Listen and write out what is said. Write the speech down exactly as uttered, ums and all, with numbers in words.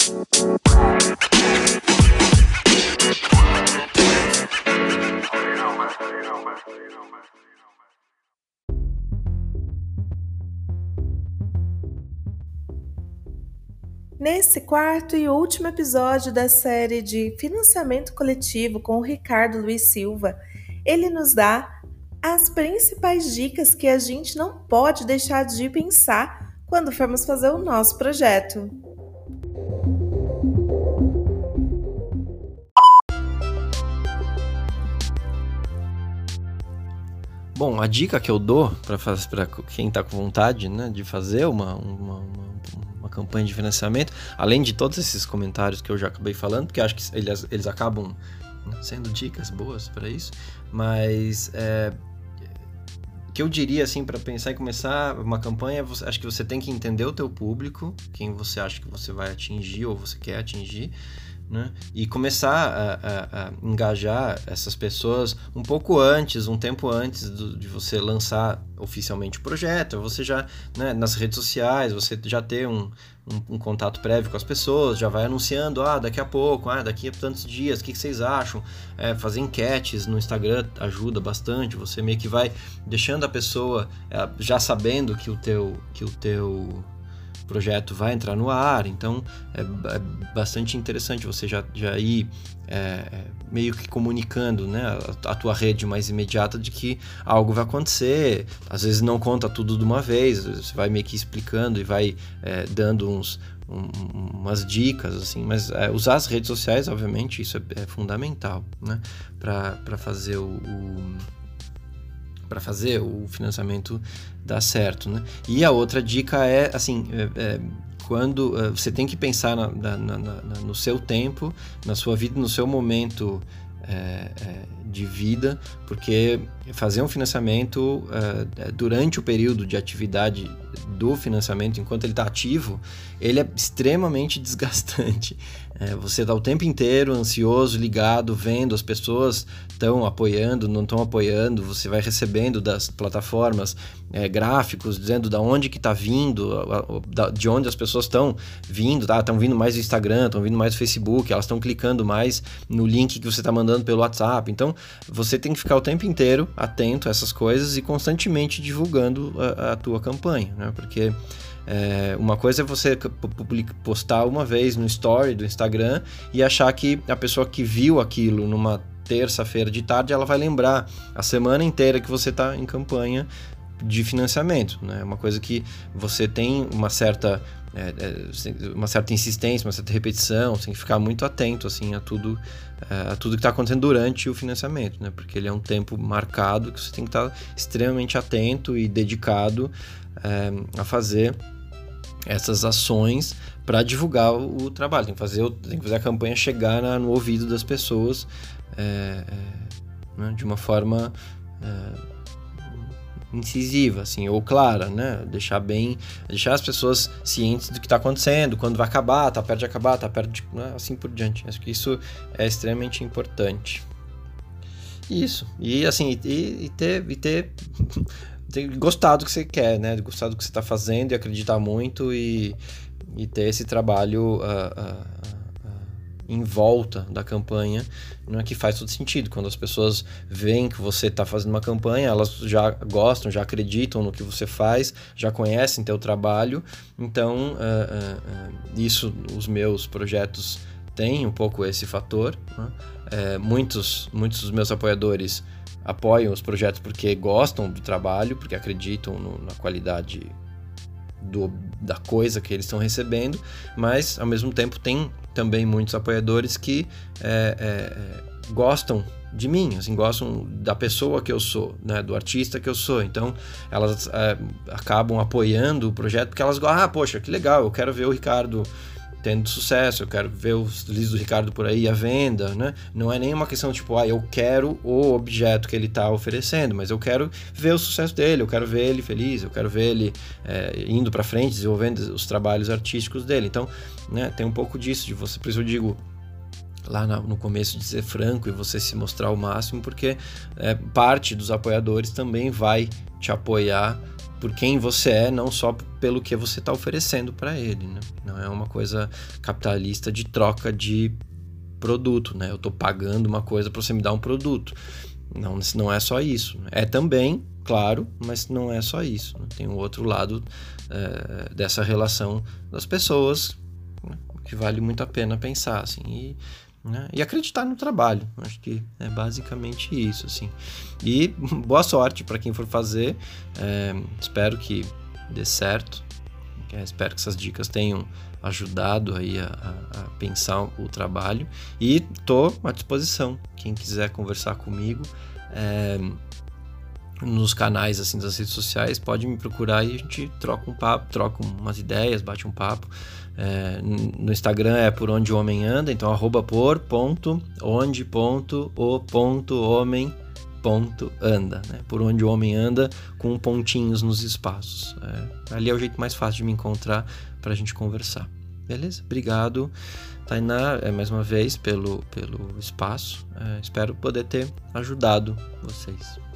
Nesse quarto e último episódio da série de financiamento coletivo com o Ricardo Luiz Silva, ele nos dá as principais dicas que a gente não pode deixar de pensar quando formos fazer o nosso projeto. Bom, a dica que eu dou para quem está com vontade, né, de fazer uma, uma, uma, uma campanha de financiamento, além de todos esses comentários que eu já acabei falando, porque acho que eles, eles acabam sendo dicas boas para isso, mas é, o que eu diria assim, para pensar em começar uma campanha, você, acho que você tem que entender o teu público, quem você acha que você vai atingir ou você quer atingir, né? E começar a, a, a engajar essas pessoas um pouco antes, um tempo antes do, de você lançar oficialmente o projeto. Você já, né, nas redes sociais, você já ter um, um, um contato prévio com as pessoas, já vai anunciando, ah, daqui a pouco, ah, daqui a tantos dias, o que, que vocês acham? É, fazer enquetes no Instagram ajuda bastante, você meio que vai deixando a pessoa é, já sabendo que o teu... Que o teu projeto vai entrar no ar, então é, é bastante interessante você já, já ir é, meio que comunicando, né, a, a tua rede mais imediata de que algo vai acontecer. Às vezes não conta tudo de uma vez, você vai meio que explicando e vai é, dando uns, um, umas dicas, assim, mas é, usar as redes sociais, obviamente, isso é, é fundamental, né, para fazer o, o para fazer o financiamento dar certo, né? E a outra dica é, assim, é, é, quando é, você tem que pensar na, na, na, na, no seu tempo, na sua vida, no seu momento é, é, de vida, porque fazer um financiamento é, durante o período de atividade do financiamento, enquanto ele está ativo, ele é extremamente desgastante. É, você está o tempo inteiro ansioso, ligado, vendo as pessoas estão apoiando, não estão apoiando, você vai recebendo das plataformas é, gráficos dizendo da onde que está vindo, de onde as pessoas estão vindo, tá? Estão vindo mais do Instagram, estão vindo mais do Facebook, elas estão clicando mais no link que você está mandando pelo WhatsApp. Então, você tem que ficar o tempo inteiro atento a essas coisas e constantemente divulgando a, a tua campanha, né? Porque É, uma coisa é você postar uma vez no story do Instagram e achar que a pessoa que viu aquilo numa terça-feira de tarde, ela vai lembrar a semana inteira que você está em campanha de financiamento, né? Uma coisa que você tem uma certa, é, uma certa insistência, uma certa repetição, você tem que ficar muito atento assim, a tudo, a tudo que está acontecendo durante o financiamento, né? Porque ele é um tempo marcado que você tem que estar extremamente atento e dedicado é, a fazer essas ações para divulgar o, o trabalho. Tem que, fazer, tem que fazer a campanha chegar na, no ouvido das pessoas é, é, né, de uma forma é, incisiva, assim, ou clara, né? Deixar bem, deixar as pessoas cientes do que está acontecendo, quando vai acabar, tá perto de acabar, tá perto de, né, assim por diante. Acho que isso é extremamente importante. Isso. E assim, e, e ter... E ter tem que gostar do que você quer, né? Gostar do que você está fazendo e acreditar muito e, e ter esse trabalho uh, uh, uh, em volta da campanha, não é que faz todo sentido. Quando as pessoas veem que você está fazendo uma campanha, elas já gostam, já acreditam no que você faz, já conhecem teu trabalho. Então, uh, uh, uh, isso, os meus projetos têm um pouco esse fator, né? É, muitos, muitos dos meus apoiadores apoiam os projetos porque gostam do trabalho, porque acreditam no, na qualidade do, da coisa que eles estão recebendo, mas ao mesmo tempo tem também muitos apoiadores que é, é, gostam de mim, assim, gostam da pessoa que eu sou, né, do artista que eu sou. Então elas é, acabam apoiando o projeto porque elas gostam, ah, poxa, que legal, eu quero ver o Ricardo tendo sucesso, eu quero ver os livros do Ricardo por aí à venda, né? Não é nem uma questão tipo, ah, eu quero o objeto que ele está oferecendo, mas eu quero ver o sucesso dele, eu quero ver ele feliz, eu quero ver ele é, indo para frente, desenvolvendo os trabalhos artísticos dele. Então, né, tem um pouco disso, de você, por isso eu digo lá no começo de ser franco e você se mostrar ao máximo, porque é, parte dos apoiadores também vai te apoiar por quem você é, não só pelo que você está oferecendo para ele, né? Não é uma coisa capitalista de troca de produto, né? Eu estou pagando uma coisa para você me dar um produto. Não, não é só isso. É também, claro, mas não é só isso, né? Tem um outro lado é, dessa relação das pessoas, né, que vale muito a pena pensar, assim, e, né, e acreditar no trabalho. Acho que é basicamente isso, assim. E boa sorte para quem for fazer. É, espero que dê certo. É, espero que essas dicas tenham ajudado aí a, a, a pensar o trabalho. E tô à disposição. Quem quiser conversar comigo é, nos canais assim, das redes sociais, pode me procurar e a gente troca um papo, troca umas ideias, bate um papo. É, no Instagram é por onde o homem anda, então arroba por ponto onde ponto o ponto homem ponto anda, né? Por onde o homem anda, com pontinhos nos espaços. É, ali é o jeito mais fácil de me encontrar para a gente conversar. Beleza? Obrigado, Tainá, é, mais uma vez pelo, pelo espaço. É, espero poder ter ajudado vocês.